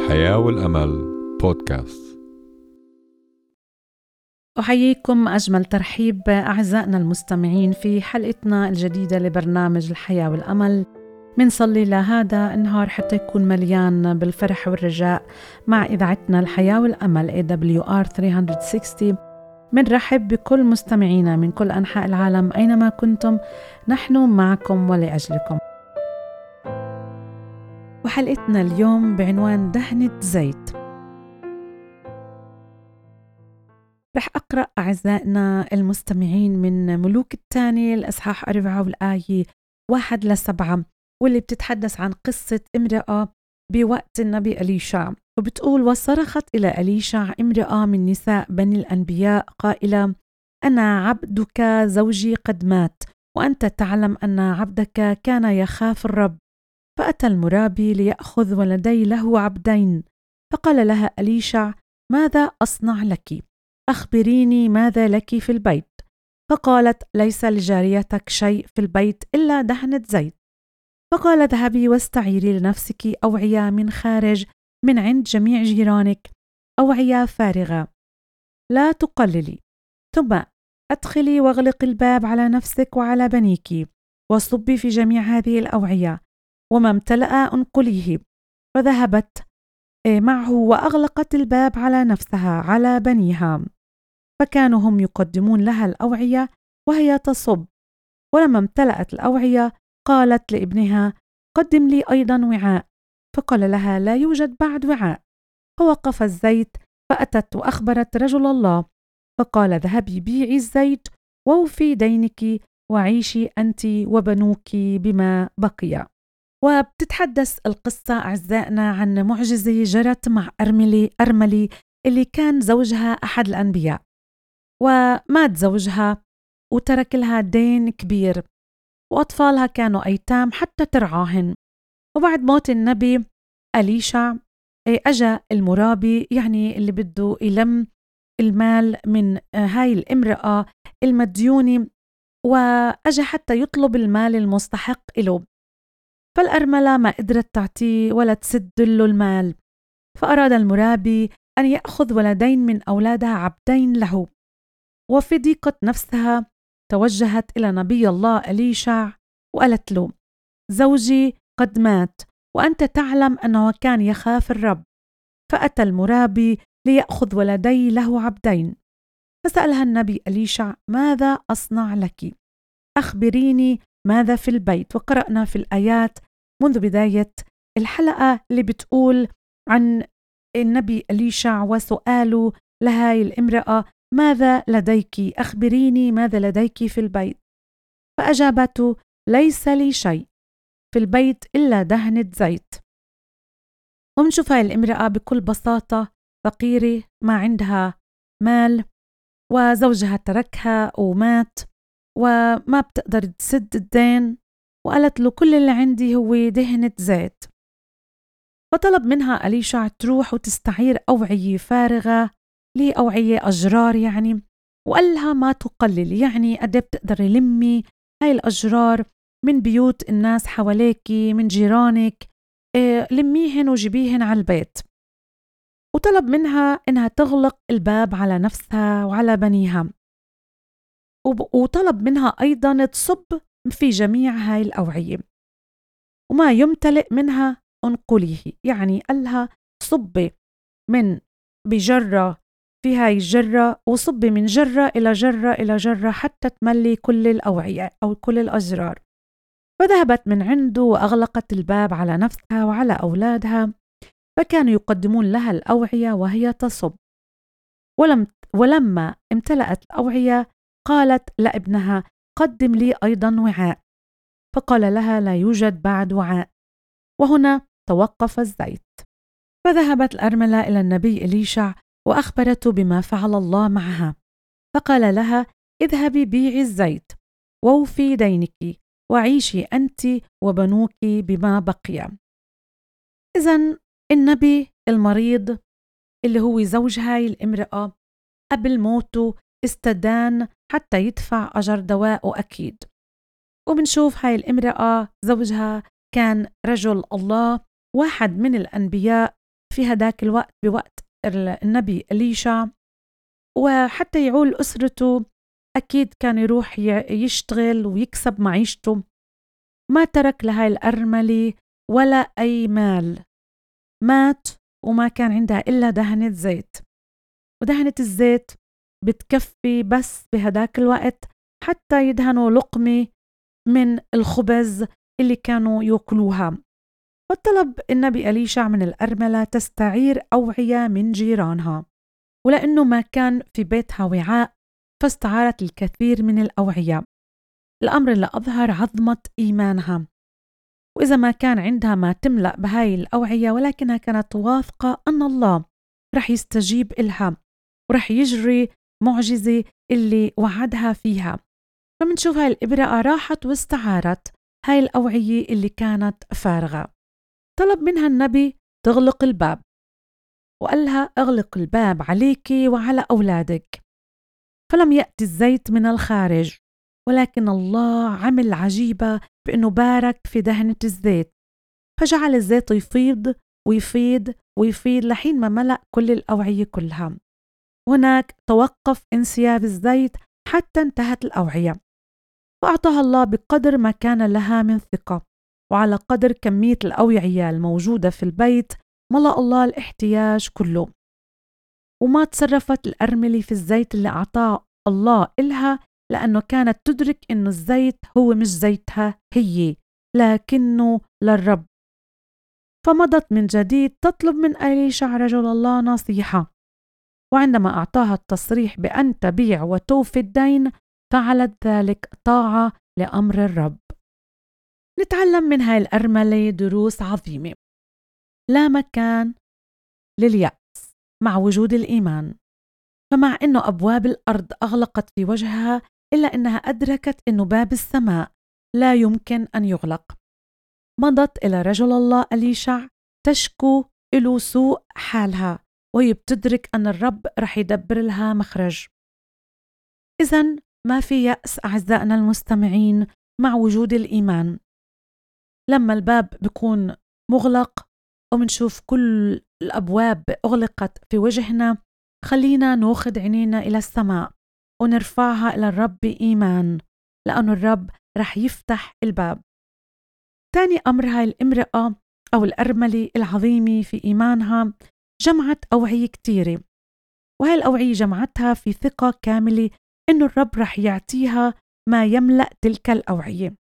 الحياة والأمل بودكاست. أحييكم أجمل ترحيب أعزائنا المستمعين في حلقتنا الجديدة لبرنامج الحياة والأمل. منصلي لهذا النهار حتى يكون مليان بالفرح والرجاء مع إذاعتنا الحياة والأمل AWR 360. منرحب بكل مستمعينا من كل أنحاء العالم أينما كنتم، نحن معكم ولأجلكم. وحلقتنا اليوم بعنوان دهنة زيت. رح أقرأ أعزائنا المستمعين من ملوك الثاني الإصحاح 4 والآية 1-7، واللي بتتحدث عن قصة امرأة بوقت النبي أليشع، وبتقول: وصرخت إلى أليشع امرأة من نساء بني الأنبياء قائلة: أنا عبدك زوجي قد مات، وأنت تعلم أن عبدك كان يخاف الرب. فأتى المرابي ليأخذ ولدي له عبدين، فقال لها أليشع: ماذا أصنع لك؟ أخبريني ماذا لك في البيت. فقالت: ليس لجاريتك شيء في البيت إلا دهنة زيت. فقال: اذهبي واستعيري لنفسك أوعية من خارج من عند جميع جيرانك، أوعية فارغة لا تقللي، ثم أدخلي واغلق الباب على نفسك وعلى بنيك، وصبي في جميع هذه الأوعية، وما امتلأ انقليه. فذهبت معه وأغلقت الباب على نفسها على بنيها، فكانوا هم يقدمون لها الأوعية وهي تصب. ولما امتلأت الأوعية قالت لابنها: قدم لي أيضا وعاء. فقال لها: لا يوجد بعد وعاء. فوقف الزيت، فأتت وأخبرت رجل الله، فقال: ذهبي بيعي الزيت ووفي دينك وعيشي أنت وبنوك بما بقي. وبتتحدث القصة أعزائنا عن معجزة جرت مع أرملي اللي كان زوجها أحد الأنبياء، ومات زوجها وترك لها دين كبير، وأطفالها كانوا أيتام حتى ترعاهن. وبعد موت النبي أليشع أجا المرابي، يعني اللي بده يلم المال من هاي الامرأة المديونة، وأجا حتى يطلب المال المستحق له. فالأرملة ما قدرت تعطيه ولا تسد له المال، فأراد المرابي أن يأخذ ولدين من أولادها عبدين له. وفي ضيقة نفسها توجهت إلى نبي الله أليشع وقالت له: زوجي قد مات، وأنت تعلم أنه كان يخاف الرب. فأتى المرابي ليأخذ ولدي له عبدين. فسألها النبي أليشع: ماذا أصنع لك؟ أخبريني ماذا في البيت. وقرأنا في الآيات منذ بداية الحلقة اللي بتقول عن النبي أليشع وسؤاله لهاي الامرأة: ماذا لديك؟ أخبريني ماذا لديك في البيت. فأجابته: ليس لي شيء في البيت إلا دهنة زيت. ومنشوف هاي الامرأة بكل بساطة فقيرة، ما عندها مال، وزوجها تركها ومات، وما بتقدر تسد الدين، وقالت له: كل اللي عندي هو دهنة زيت. فطلب منها أليشع تروح وتستعير أوعية فارغة، ليه أوعية أجرار يعني، وقال لها: ما تقلل، يعني قد بتقدري لمي هاي الأجرار من بيوت الناس حواليكي من جيرانك، لميهن وجيبيهن على البيت. وطلب منها إنها تغلق الباب على نفسها وعلى بنيها، وطلب منها أيضا تصب في جميع هاي الأوعية، وما يمتلئ منها انقليه، يعني قالها صبي من بجرة في هاي الجرة، وصبي من جرة إلى جرة إلى جرة حتى تملي كل الأوعية أو كل الأجرار. فذهبت من عنده وأغلقت الباب على نفسها وعلى أولادها، فكانوا يقدمون لها الأوعية وهي تصب. ولما امتلأت الأوعية قالت لابنها: قدم لي أيضا وعاء. فقال لها: لا يوجد بعد وعاء. وهنا توقف الزيت. فذهبت الأرملة إلى النبي أليشع وأخبرته بما فعل الله معها، فقال لها: اذهبي بيعي الزيت ووفي دينك وعيشي أنت وبنوك بما بقي. إذن النبي المريض اللي هو زوج هاي الامرأة قبل موته استدان حتى يدفع أجر دوائه أكيد. وبنشوف هاي الامرأة زوجها كان رجل الله، واحد من الأنبياء في هداك الوقت بوقت النبي إليشع، وحتى يعول أسرته أكيد كان يروح يشتغل ويكسب معيشته. ما ترك لهاي الأرملة ولا أي مال، مات وما كان عندها إلا دهنة زيت، ودهنة الزيت بتكفي بس بهداك الوقت حتى يدهنوا لقمة من الخبز اللي كانوا يأكلوها. فطلب النبي إليشع من الأرملة تستعير أوعية من جيرانها، ولأنه ما كان في بيتها وعاء فاستعارت الكثير من الأوعية، الأمر اللي أظهر عظمة إيمانها. وإذا ما كان عندها ما تملأ بهاي الأوعية، ولكنها كانت واثقة أن الله رح يستجيب إلها ورح يجري معجزة اللي وعدها فيها. فمنشوف هاي الإبرة راحت واستعارت هاي الأوعية اللي كانت فارغة. طلب منها النبي تغلق الباب، وقال لها اغلق الباب عليكي وعلى أولادك. فلم يأتي الزيت من الخارج، ولكن الله عمل عجيبة بأنه بارك في دهنة الزيت، فجعل الزيت يفيض ويفيض ويفيض لحين ما ملأ كل الأوعية كلها. هناك توقف انسياب الزيت حتى انتهت الأوعية، فأعطاها الله بقدر ما كان لها من ثقة، وعلى قدر كمية الأوعية الموجودة في البيت ملأ الله الاحتياج كله. وما تصرفت الأرملة في الزيت اللي أعطاه الله إلها، لأنه كانت تدرك إنه الزيت هو مش زيتها هي، لكنه للرب. فمضت من جديد تطلب من إليشع رجل الله نصيحة، وعندما أعطاها التصريح بأن تبيع وتوفي الدين فعلت ذلك طاعة لأمر الرب. نتعلم من هاي الأرملة دروس عظيمة. لا مكان لليأس مع وجود الإيمان، فمع أنه أبواب الأرض أغلقت في وجهها إلا أنها أدركت أنه باب السماء لا يمكن أن يغلق. مضت إلى رجل الله إليشع تشكو إلو سوء حالها، وهي بتدرك أن الرب رح يدبر لها مخرج. إذن ما في يأس أعزائنا المستمعين مع وجود الإيمان. لما الباب بيكون مغلق ومنشوف كل الأبواب أغلقت في وجهنا، خلينا ناخد عينينا إلى السماء ونرفعها إلى الرب بإيمان، لأن الرب رح يفتح الباب. تاني أمر، هاي الامرأة أو الأرملة العظيمة في إيمانها جمعت أوعية كتيرة، وهاي الأوعية جمعتها في ثقة كاملة إنه الرب رح يعطيها ما يملأ تلك الأوعية.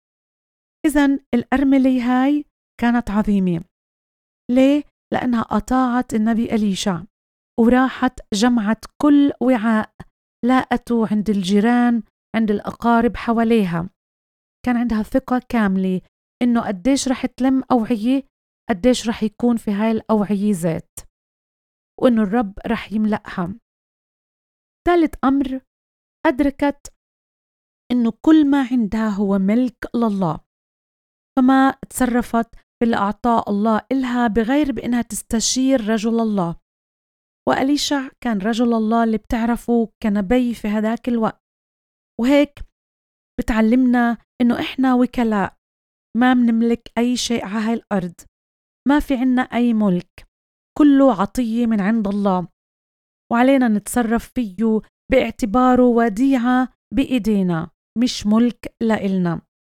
إذن الأرملة هاي كانت عظيمة. ليه؟ لأنها أطاعت النبي إليشع وراحت جمعت كل وعاء لاقته عند الجيران، عند الأقارب حواليها. كان عندها ثقة كاملة إنه قديش رح تلم أوعية، قديش رح يكون في هاي الأوعية زيت، وإنه الرب رح يملأها. ثالث أمر، أدركت إنه كل ما عندها هو ملك لله، فما تصرفت في اللي أعطاه الله إلها بغير بأنها تستشير رجل الله. وأليشع كان رجل الله اللي بتعرفه كنبي في هذاك الوقت، وهيك بتعلمنا إنه إحنا وكلاء، ما منملك أي شيء على هاي الأرض، ما في عنا أي ملك، كله عطية من عند الله، وعلينا نتصرف فيه باعتباره وديعة بإيدينا مش ملك لإلنا.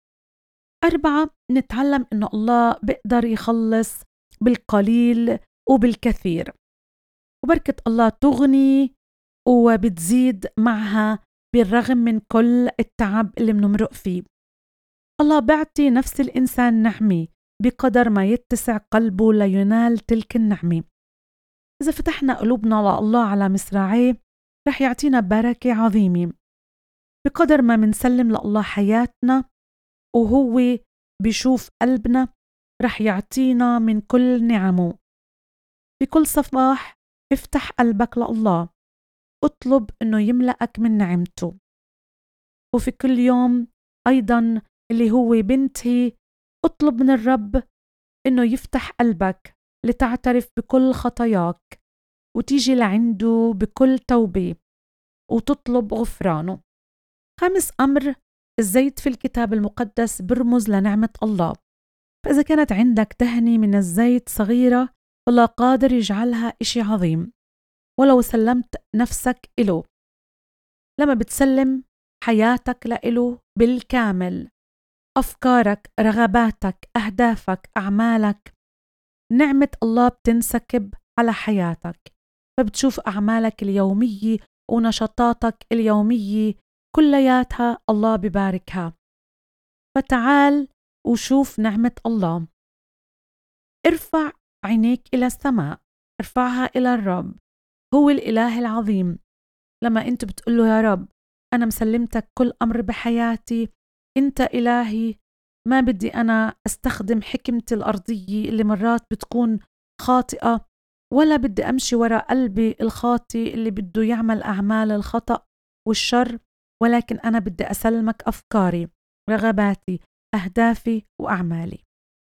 4، نتعلم إنه الله بيقدر يخلص بالقليل وبالكثير، وبركة الله تغني وبتزيد معها بالرغم من كل التعب اللي بنمرق فيه. الله بيعطي نفس الإنسان نعمة بقدر ما يتسع قلبه لينال تلك النعمة. إذا فتحنا قلوبنا لله على مصراعيه رح يعطينا بركة عظيمة بقدر ما منسلم لله حياتنا، وهو بيشوف قلبنا رح يعطينا من كل نعمه. بكل صباح افتح قلبك لله، اطلب إنه يملأك من نعمته. وفي كل يوم أيضا اللي هو بنتي، اطلب من الرب إنه يفتح قلبك لتعترف بكل خطاياك وتيجي لعنده بكل توبة وتطلب غفرانه. 5 أمر، الزيت في الكتاب المقدس برمز لنعمة الله، فإذا كانت عندك دهنة من الزيت صغيرة فالله قادر يجعلها إشي عظيم ولو سلمت نفسك إله. لما بتسلم حياتك لإله بالكامل، أفكارك، رغباتك، أهدافك، أعمالك، نعمة الله بتنسكب على حياتك، فبتشوف أعمالك اليومية ونشاطاتك اليومية كلياتها الله بباركها. فتعال وشوف نعمة الله. ارفع عينيك إلى السماء، ارفعها إلى الرب، هو الإله العظيم. لما أنت بتقول له يا رب أنا مسلمتك كل أمر بحياتي، أنت إلهي، ما بدي أنا أستخدم حكمتي الأرضية اللي مرات بتكون خاطئة، ولا بدي أمشي وراء قلبي الخاطئ اللي بده يعمل أعمال الخطأ والشر، ولكن أنا بدي أسلمك أفكاري، رغباتي، أهدافي وأعمالي.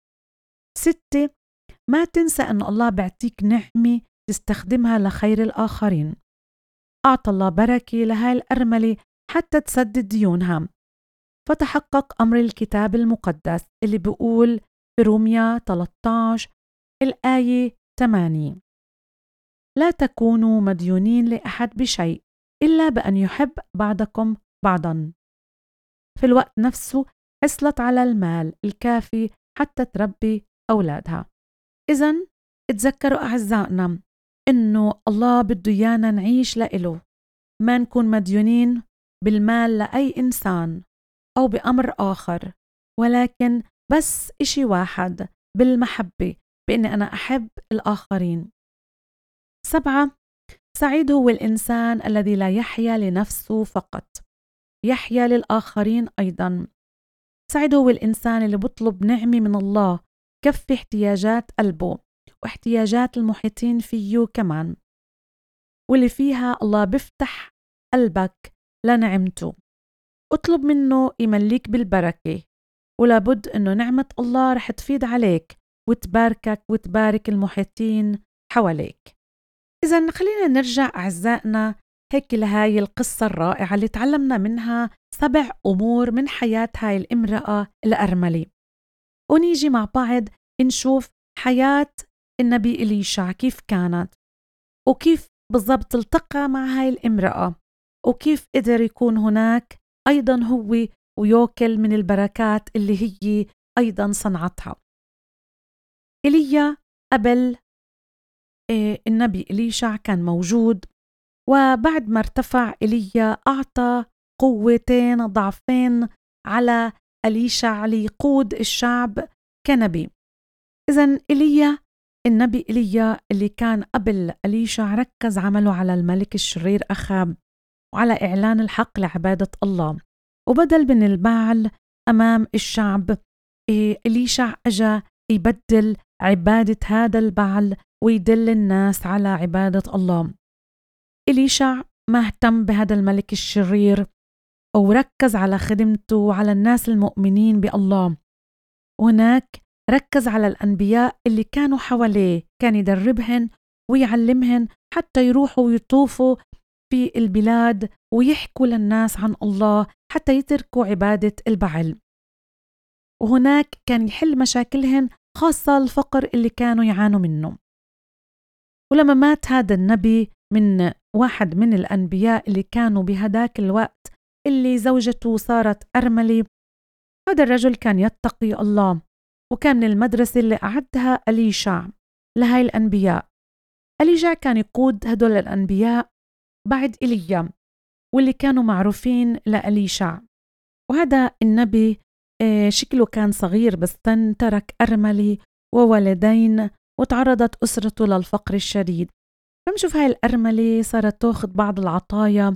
6، ما تنسى أن الله بعطيك نعمة تستخدمها لخير الآخرين. أعطى الله بركة لهاي الأرملة حتى تسدد ديونها، فتحقق أمر الكتاب المقدس اللي بيقول في روميا 13 الآية 8: لا تكونوا مديونين لأحد بشيء إلا بأن يحب بعضكم بعضا. في الوقت نفسه حصلت على المال الكافي حتى تربي أولادها. إذن اتذكروا أعزائنا إنه الله بده إيانا نعيش لإله، ما نكون مديونين بالمال لأي إنسان أو بأمر آخر، ولكن بس إشي واحد، بالمحبة، بإني أنا أحب الآخرين. 7، سعيد هو الإنسان الذي لا يحيا لنفسه فقط، يحيا للآخرين أيضا. سعيد هو الإنسان اللي بطلب نعمة من الله كفي احتياجات قلبه واحتياجات المحيطين فيه كمان، واللي فيها الله بفتح قلبك لنعمته. اطلب منه يمليك بالبركة، ولابد أنه نعمة الله رح تفيد عليك وتباركك وتبارك المحيطين حواليك. إذن خلينا نرجع أعزائنا هيك لهاي القصة الرائعة اللي تعلمنا منها 7 أمور من حياة هاي الامرأة الأرملة، ونيجي مع بعض نشوف حياة النبي إليشع كيف كانت، وكيف بالضبط التقى مع هاي الامرأة، وكيف قدر يكون هناك أيضا هو ويوكل من البركات اللي هي أيضا صنعتها. إيليا قبل النبي إليشع كان موجود، وبعد ما ارتفع إيليا أعطى قوتين ضعفين على إليشع ليقود الشعب كنبي. إذن إيليا النبي إيليا اللي كان قبل إليشع ركز عمله على الملك الشرير أخاب وعلى إعلان الحق لعبادة الله، وبدل من البعل أمام الشعب إليشع أجا يبدل عبادة هذا البعل ويدل الناس على عبادة الله. إليشع ما اهتم بهذا الملك الشرير وركز على خدمته وعلى الناس المؤمنين بالله. هناك ركز على الأنبياء اللي كانوا حواليه، كان يدربهن ويعلمهن حتى يروحوا ويطوفوا في البلاد ويحكوا للناس عن الله حتى يتركوا عبادة البعل. وهناك كان يحل مشاكلهن، خاصة الفقر اللي كانوا يعانوا منه. ولما مات هذا النبي من واحد من الأنبياء اللي كانوا بهداك الوقت اللي زوجته صارت أرملة، هذا الرجل كان يتقي الله، وكان من المدرسة اللي أعدها إليشع لهاي الأنبياء. إليشع كان يقود هدول الأنبياء بعد إيليا واللي كانوا معروفين لإليشع. وهذا النبي شكله كان صغير بالسن، ترك أرملة وولدين، وتعرضت أسرته للفقر الشديد. فمشوف هاي الأرملة صارت تأخذ بعض العطايا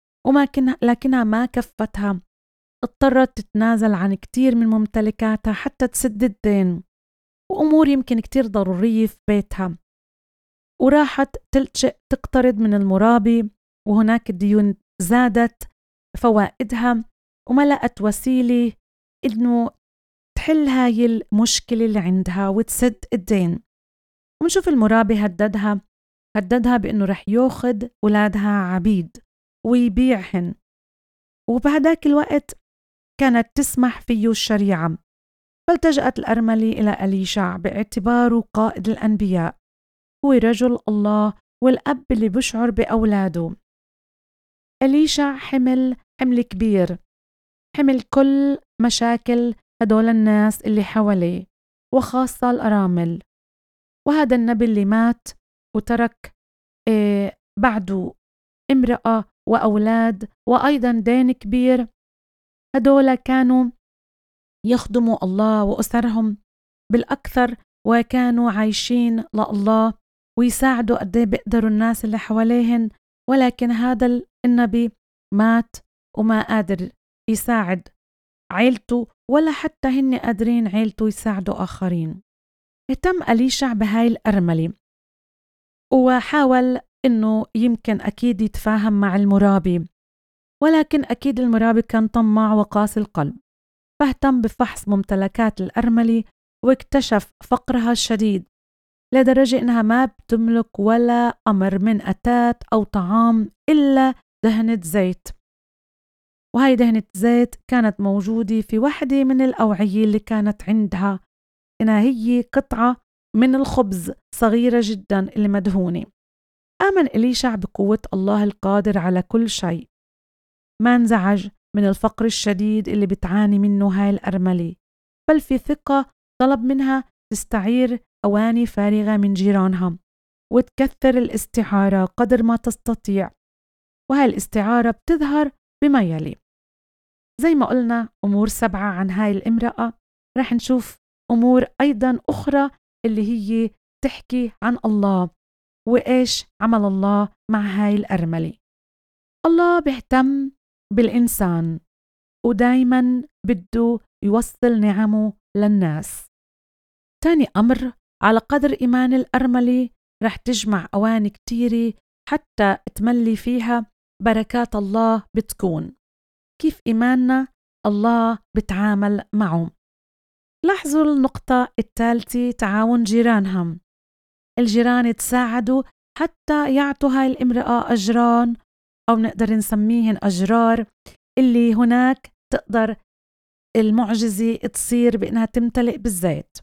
لكنها ما كفتها، اضطرت تتنازل عن كتير من ممتلكاتها حتى تسد الدين وأمور يمكن كتير ضرورية في بيتها، وراحت تلجأ تقترض من المرابي، وهناك الديون زادت فوائدها وما لقت وسيلة إنه تحل هاي المشكلة اللي عندها وتسد الدين. ونشوف المرابي هددها بأنه رح يأخذ أولادها عبيد ويبيعهن، وبهداك الوقت كانت تسمح فيه الشريعة. فالتجأت الأرملة إلى إليشع باعتباره قائد الأنبياء هو رجل الله والأب اللي بشعر بأولاده. إليشع حمل كبير، حمل كل مشاكل هدول الناس اللي حواليه وخاصة الأرامل. وهذا النبي اللي مات وترك بعده امرأة وأولاد وأيضا دين كبير، هدول كانوا يخدموا الله وأسرهم بالأكثر وكانوا عايشين لله ويساعدوا قد ايه بيقدروا الناس اللي حواليهن، ولكن هذا النبي مات وما قادر يساعد عيلته ولا حتى هن قادرين عيلته يساعدوا آخرين. اهتم إليشع بهاي الأرملة وحاول إنه يمكن أكيد يتفاهم مع المرابي، ولكن أكيد المرابي كان طماع وقاسي القلب، فاهتم بفحص ممتلكات الأرملة واكتشف فقرها الشديد لدرجة إنها ما بتملك ولا أمر من أتات أو طعام إلا دهنة زيت. وهي دهنة زيت كانت موجودة في واحدة من الأوعية اللي كانت عندها، إنها هي قطعة من الخبز صغيرة جدا اللي مدهونة. آمن إليشع بقوة الله القادر على كل شيء، ما انزعج من الفقر الشديد اللي بتعاني منه هاي الأرملة، بل في ثقة طلب منها تستعير أواني فارغة من جيرانها وتكثر الاستعارة قدر ما تستطيع. وهاي الاستعارة بتظهر بما يلي. زي ما قلنا أمور 7 عن هاي الامرأة، رح نشوف أمور أيضا أخرى اللي هي تحكي عن الله وإيش عمل الله مع هاي الأرملة. الله بيهتم بالإنسان ودايما بده يوصل نعمه للناس. تاني أمر، على قدر إيمان الأرملة رح تجمع أواني كتيرة حتى تملي فيها بركات الله بتكون. كيف إيماننا الله بتعامل معه؟ لاحظوا النقطة الثالثة، تعاون جيرانهم. الجيران تساعدوا حتى يعطوا هاي الامرأة أجران أو نقدر نسميهن أجرار اللي هناك تقدر المعجزة تصير بأنها تمتلئ بالزيت.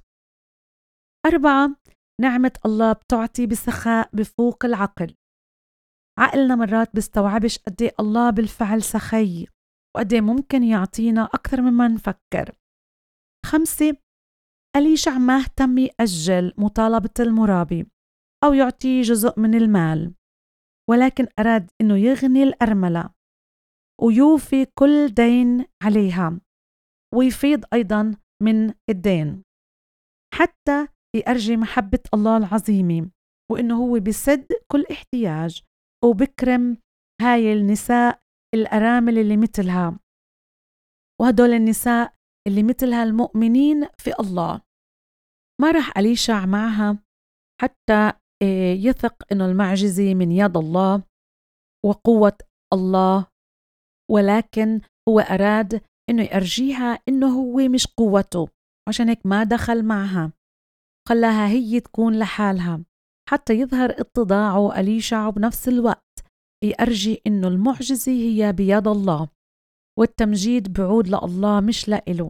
4، نعمة الله بتعطي بسخاء بفوق العقل. عقلنا مرات بيستوعبش قد ايه الله بالفعل سخي وقد ايه ممكن يعطينا أكثر مما نفكر. 5، إليشع ما اهتم يأجل مطالبة المرابي أو يعطي جزء من المال، ولكن أراد إنه يغني الأرملة ويوفي كل دين عليها ويفيض أيضا من الدين حتى يأرجي محبة الله العظيمة، وإنه هو بيسد كل احتياج وبكرم هاي النساء الأرامل اللي مثلها، وهدول النساء اللي مثلها المؤمنين في الله. ما راح إليشع معها حتى يثق إنه المعجزة من يد الله وقوة الله، ولكن هو أراد إنه يرجيها إنه هو مش قوته، عشان هيك ما دخل معها، خلاها هي تكون لحالها حتى يظهر اتضاعه إليشع، وبنفس الوقت يرجي إنه المعجزة هي بيد الله والتمجيد بعود لله مش لإله.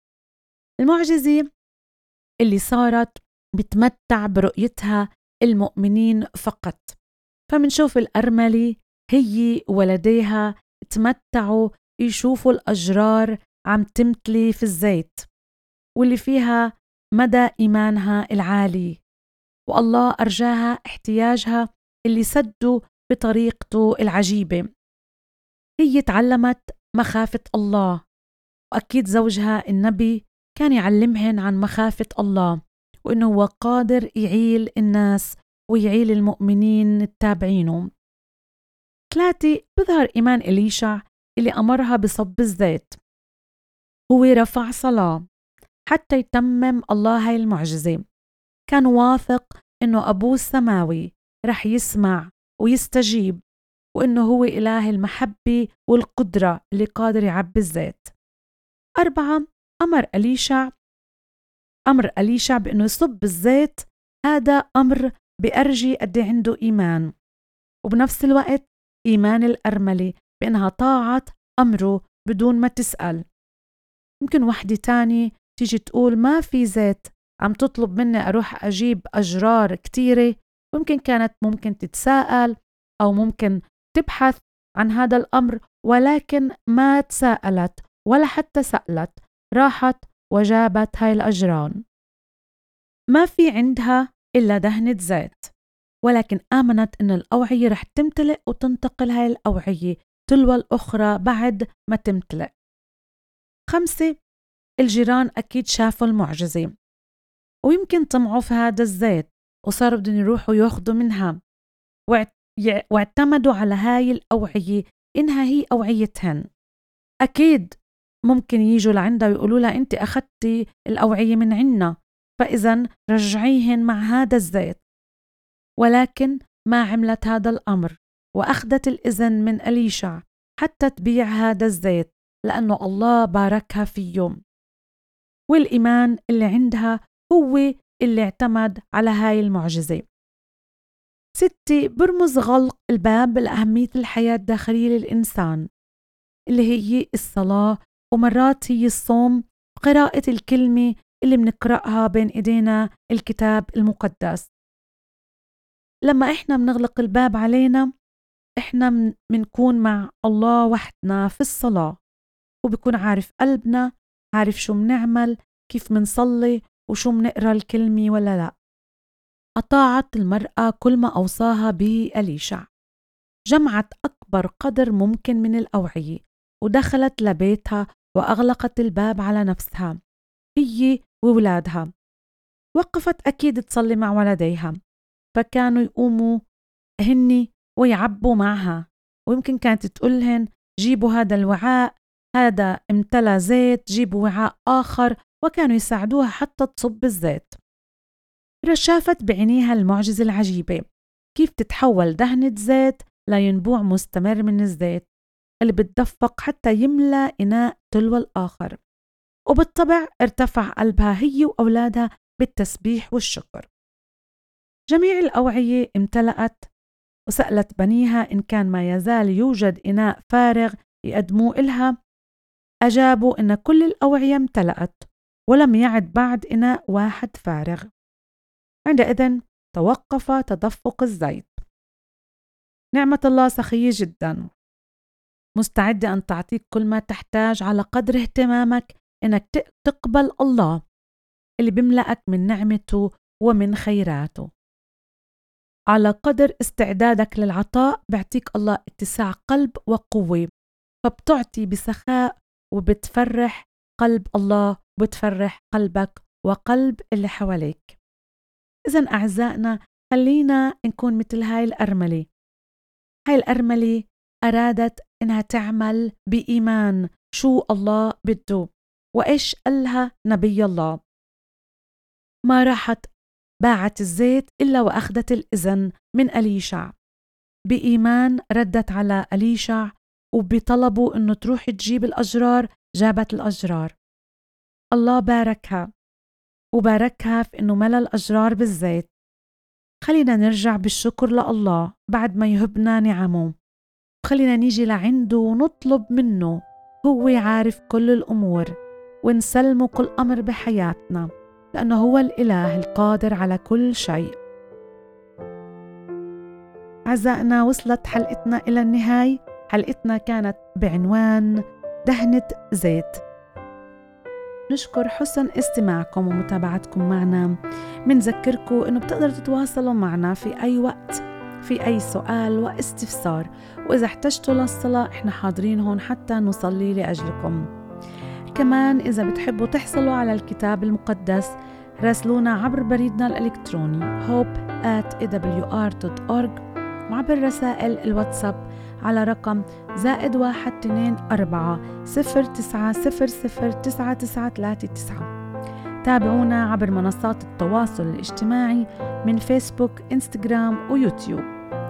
المعجزة اللي صارت بتمتع برؤيتها المؤمنين فقط، فمنشوف الأرملة هي ولديها تمتعوا يشوفوا الأجرار عم تمتلي في الزيت واللي فيها مدى إيمانها العالي، والله أرجاها احتياجها اللي سدوا بطريقته العجيبة. هي تعلمت مخافة الله، وأكيد زوجها النبي كان يعلمهن عن مخافة الله وإنه هو قادر يعيل الناس ويعيل المؤمنين التابعينه. 3، بظهر إيمان إليشع اللي أمرها بصب الزيت. هو رفع صلاة حتى يتمم الله هاي المعجزة، كان واثق إنه أبوه السماوي رح يسمع ويستجيب، وإنه هو إله المحبة والقدرة اللي قادر يعبي الزيت. 4، أمر إليشع بإنه يصب الزيت. هذا أمر بأرجي قد عنده إيمان، وبنفس الوقت إيمان الأرملة بأنها طاعت أمره بدون ما تسأل. يمكن وحدة تاني تيجي تقول ما في زيت، عم تطلب مني أروح أجيب أجرار كتيرة ويمكن كانت ممكن تتساءل أو ممكن تبحث عن هذا الأمر، ولكن ما تساءلت ولا حتى سألت، راحت وجابت هاي الأجران. ما في عندها إلا دهنة زيت، ولكن آمنت إن الأوعية رح تمتلئ وتنتقل هاي الأوعية تلو الأخرى بعد ما تمتلئ. 5، الجيران أكيد شافوا المعجزة ويمكن طمعوا في هذا الزيت وصاروا بدهم يروحوا ياخدوا منها، واعتمدوا على هاي الأوعية إنها هي أوعيتهن. أكيد ممكن يجوا لعندها ويقولوا لها أنت أخذتي الأوعية من عنا، فإذن رجعيهن مع هذا الزيت. ولكن ما عملت هذا الأمر، وأخذت الإذن من أليشع حتى تبيع هذا الزيت، لأنه الله باركها فيه. والإيمان اللي عندها هو اللي اعتمد على هاي المعجزة. 6، برمز غلق الباب لأهمية الحياة الداخلية للإنسان، اللي هي الصلاة، ومرات هي الصوم، قراءة الكلمة اللي بنقرأها بين إيدينا الكتاب المقدس. لما إحنا بنغلق الباب علينا، إحنا بنكون مع الله وحدنا في الصلاة، وبيكون عارف قلبنا، عارف شو بنعمل، كيف منصلي، وشو منقرأ الكلمة ولا لا. أطاعت المرأة كل ما أوصاها به أليشع، جمعت أكبر قدر ممكن من الأوعية ودخلت لبيتها وأغلقت الباب على نفسها هي وولادها. وقفت أكيد تصلي مع ولديها، فكانوا يقوموا هني ويعبوا معها، ويمكن كانت تقولهن جيبوا هذا الوعاء، هذا امتلى زيت، جيبوا وعاء آخر، وكانوا يساعدوها حتى تصب الزيت. شافت بعينيها المعجزة العجيبة، كيف تتحول دهنة زيت لينبوع مستمر من الزيت اللي بتدفق حتى يملى إناء تلو الآخر. وبالطبع ارتفع قلبها هي وأولادها بالتسبيح والشكر. جميع الأوعية امتلأت، وسألت بنيها إن كان ما يزال يوجد إناء فارغ يقدموه إلها. أجابوا إن كل الأوعية امتلأت ولم يعد بعد إناء واحد فارغ. عندئذ توقف تدفق الزيت. نعمة الله سخية جدا، مستعدة أن تعطيك كل ما تحتاج على قدر اهتمامك إنك تقبل الله اللي بيملأك من نعمته ومن خيراته. على قدر استعدادك للعطاء بيعطيك الله اتساع قلب وقوة، فبتعطي بسخاء وبتفرح قلب الله وبتفرح قلبك وقلب اللي حواليك. إذن أعزائنا، خلينا نكون مثل هاي الأرملة. هاي الأرملة أرادت إنها تعمل بإيمان شو الله بده وإيش قالها نبي الله. ما راحت باعت الزيت إلا وأخذت الإذن من أليشع. بإيمان ردت على أليشع وبطلبوا إنه تروح تجيب الأجرار، جابت الأجرار. الله باركها وباركها في إنه ملى الأجرار بالزيت. خلينا نرجع بالشكر لله بعد ما يهبنا نعمه، خلينا نيجي لعنده ونطلب منه، هو عارف كل الأمور، ونسلمه كل أمر بحياتنا، لأنه هو الإله القادر على كل شيء. أعزائنا، وصلت حلقتنا إلى النهاية. حلقتنا كانت بعنوان دهنة زيت. نشكر حسن استماعكم ومتابعتكم معنا. منذكركم أنه بتقدروا تتواصلوا معنا في أي وقت في أي سؤال واستفسار، وإذا احتجتوا للصلاة إحنا حاضرين هون حتى نصلي لأجلكم. كمان إذا بتحبوا تحصلوا على الكتاب المقدس راسلونا عبر بريدنا الإلكتروني hope@awr.org، وعبر رسائل الواتساب على رقم +1 240 090 00939. تابعونا عبر منصات التواصل الاجتماعي من فيسبوك، إنستغرام ويوتيوب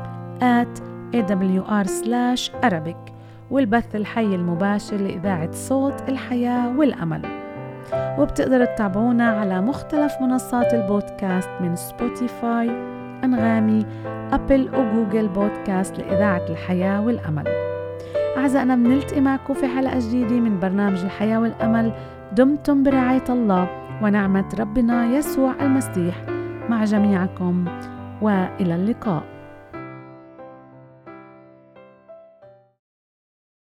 @awr/Arabic، والبث الحي المباشر لإذاعة صوت الحياة والأمل. وبتقدروا تتابعونا على مختلف منصات البودكاست من سبوتيفاي، أنغامي، أبل وجوجل بودكاست لإذاعة الحياة والأمل. أعزائنا، بنلتقي معكم في حلقة جديدة من برنامج الحياة والأمل. دمتم برعاية الله ونعمة ربنا يسوع المسيح مع جميعكم. وإلى اللقاء.